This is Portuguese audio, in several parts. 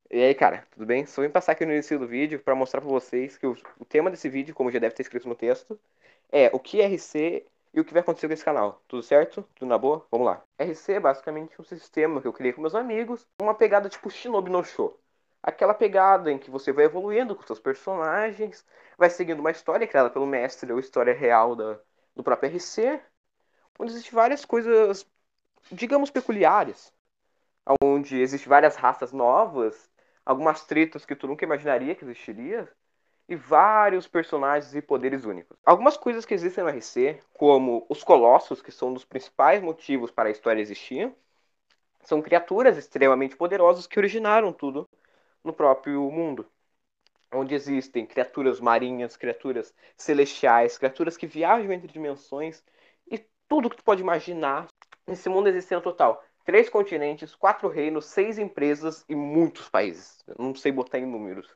E aí, cara, tudo bem? Só vim passar aqui no início do vídeo para mostrar para vocês que o tema desse vídeo, como já deve ter escrito no texto, é o que é RC e o que vai acontecer com esse canal. Tudo certo? Tudo na boa? Vamos lá. RC é basicamente um sistema que eu criei com meus amigos, uma pegada tipo Shinobi no Show. Aquela pegada em que você vai evoluindo com seus personagens, vai seguindo uma história criada pelo mestre ou história real do próprio RC, onde existem várias coisas, digamos, peculiares, onde existem várias raças novas, algumas tretas que tu nunca imaginaria que existiria, e vários personagens e poderes únicos. Algumas coisas que existem no RC, como os Colossos, que são um dos principais motivos para a história existir, são criaturas extremamente poderosas que originaram tudo no próprio mundo. Onde existem criaturas marinhas, criaturas celestiais, criaturas que viajam entre dimensões e tudo que tu pode imaginar. Nesse mundo existem no total 3 continentes, 4 reinos, 6 empresas e muitos países. Eu não sei botar em números.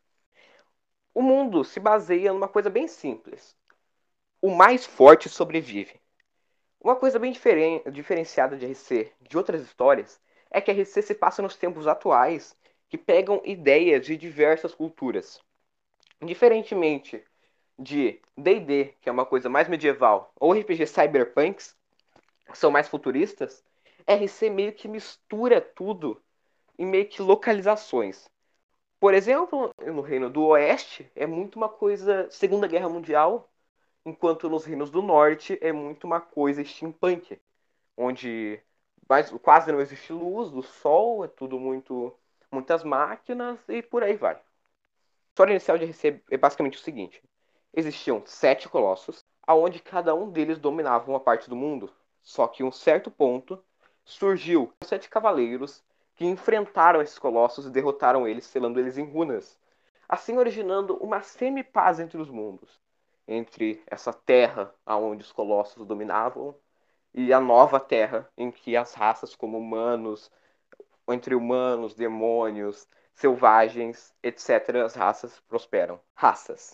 O mundo se baseia numa coisa bem simples. O mais forte sobrevive. Uma coisa bem diferenciada de RC de outras histórias é que a RC se passa nos tempos atuais, que pegam ideias de diversas culturas. Diferentemente de D&D, que é uma coisa mais medieval, ou RPG cyberpunks, que são mais futuristas, RC meio que mistura tudo em meio que localizações. Por exemplo, no Reino do Oeste é muito uma coisa Segunda Guerra Mundial, enquanto nos Reinos do Norte é muito uma coisa steampunk, onde quase não existe luz do sol, é tudo muitas máquinas e por aí vai. A história inicial de RC é basicamente o seguinte: existiam 7 colossos, aonde cada um deles dominava uma parte do mundo. Só que em um certo ponto surgiu 7 cavaleiros que enfrentaram esses colossos e derrotaram eles, selando eles em runas, assim originando uma semi-paz entre os mundos, entre essa terra aonde os colossos dominavam e a nova terra em que as raças como humanos, entre humanos, demônios, selvagens, etc., as raças prosperam. Raças.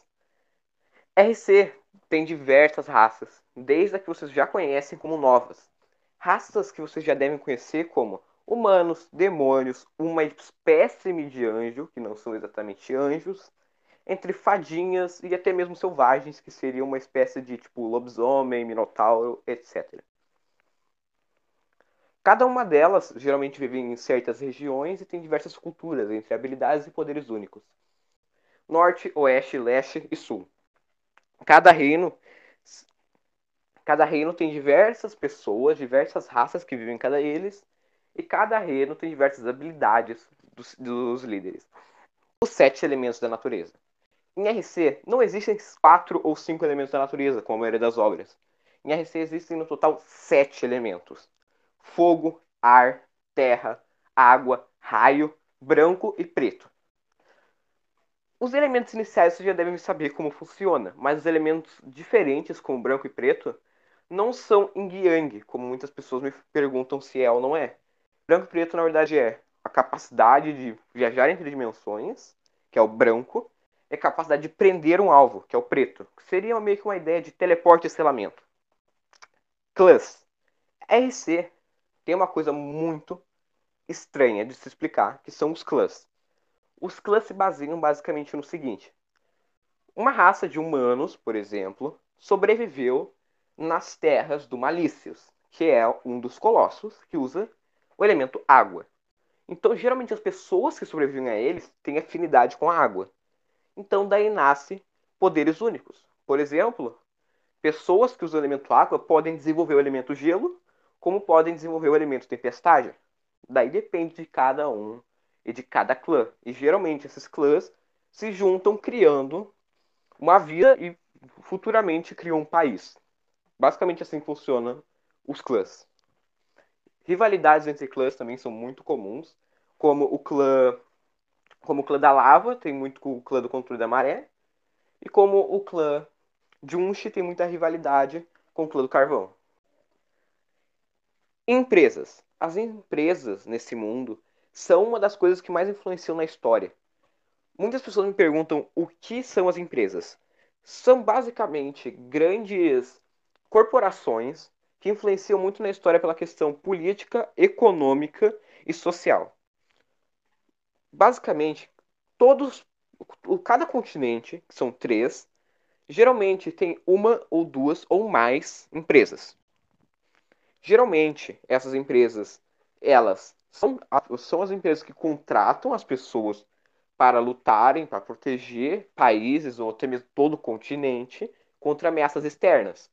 RC tem diversas raças, desde a que vocês já conhecem como novas. Raças que vocês já devem conhecer como humanos, demônios, uma espécime de anjo, que não são exatamente anjos, entre fadinhas e até mesmo selvagens, que seriam uma espécie de tipo lobisomem, minotauro, etc. Cada uma delas geralmente vive em certas regiões e tem diversas culturas, entre habilidades e poderes únicos. Norte, Oeste, Leste e Sul. Cada reino, cada reino tem diversas pessoas, diversas raças que vivem em cada deles, e cada reino tem diversas habilidades dos líderes. Os 7 elementos da natureza. Em RC, não existem 4 ou 5 elementos da natureza, como a maioria das obras. Em RC existem no total 7 elementos: fogo, ar, terra, água, raio, branco e preto. Os elementos iniciais você já devem saber como funciona, mas os elementos diferentes, como branco e preto, não são yin yang, como muitas pessoas me perguntam se é ou não é. Branco e preto, na verdade, é a capacidade de viajar entre dimensões, que é o branco, e a capacidade de prender um alvo, que é o preto, que seria meio que uma ideia de teleporte e selamento. Class. RC tem uma coisa muito estranha de se explicar, que são os clãs. Os clãs se baseiam basicamente no seguinte: uma raça de humanos, por exemplo, sobreviveu nas terras do Malícios, que é um dos colossos que usa o elemento água. Então, geralmente, as pessoas que sobrevivem a eles têm afinidade com a água. Então, daí nasce poderes únicos. Por exemplo, pessoas que usam o elemento água podem desenvolver o elemento gelo, como podem desenvolver o elemento tempestade. Daí depende de cada um e de cada clã. E geralmente esses clãs se juntam criando uma vida e futuramente criam um país. Basicamente assim funciona os clãs. Rivalidades entre clãs também são muito comuns, como o clã da lava tem muito com o clã do controle da maré, e como o clã de Unchi tem muita rivalidade com o clã do carvão. Empresas. As empresas nesse mundo são uma das coisas que mais influenciam na história. Muitas pessoas me perguntam o que são as empresas. São basicamente grandes corporações que influenciam muito na história pela questão política, econômica e social. Basicamente, todos, cada continente, que são três, geralmente tem uma ou duas ou mais empresas. Geralmente, essas empresas, elas são as empresas que contratam as pessoas para lutarem, para proteger países ou até mesmo todo o continente contra ameaças externas.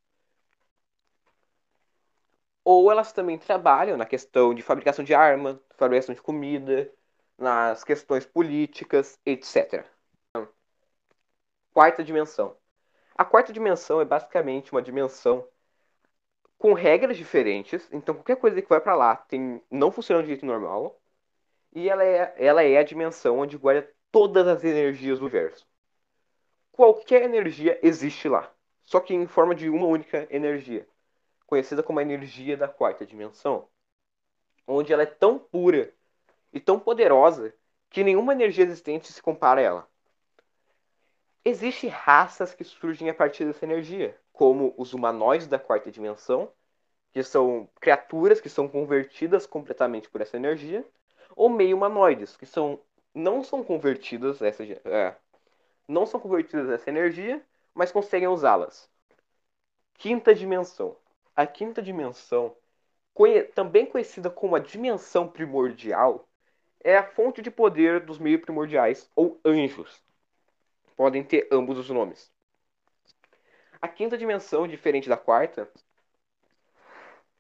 Ou elas também trabalham na questão de fabricação de arma, fabricação de comida, nas questões políticas, etc. Quarta dimensão. A quarta dimensão é basicamente uma dimensão com regras diferentes, então qualquer coisa que vai para lá não funciona de jeito normal, e ela é a dimensão onde guarda todas as energias do universo. Qualquer energia existe lá, só que em forma de uma única energia, conhecida como a energia da quarta dimensão, onde ela é tão pura e tão poderosa que nenhuma energia existente se compara a ela. Existem raças que surgem a partir dessa energia, como os humanoides da quarta dimensão, que são criaturas que são convertidas completamente por essa energia, ou meio humanoides, que não são convertidas não são convertidas a essa energia, mas conseguem usá-las. Quinta dimensão. A quinta dimensão, também conhecida como a dimensão primordial, é a fonte de poder dos meio primordiais, ou anjos. Podem ter ambos os nomes. A quinta dimensão, diferente da quarta,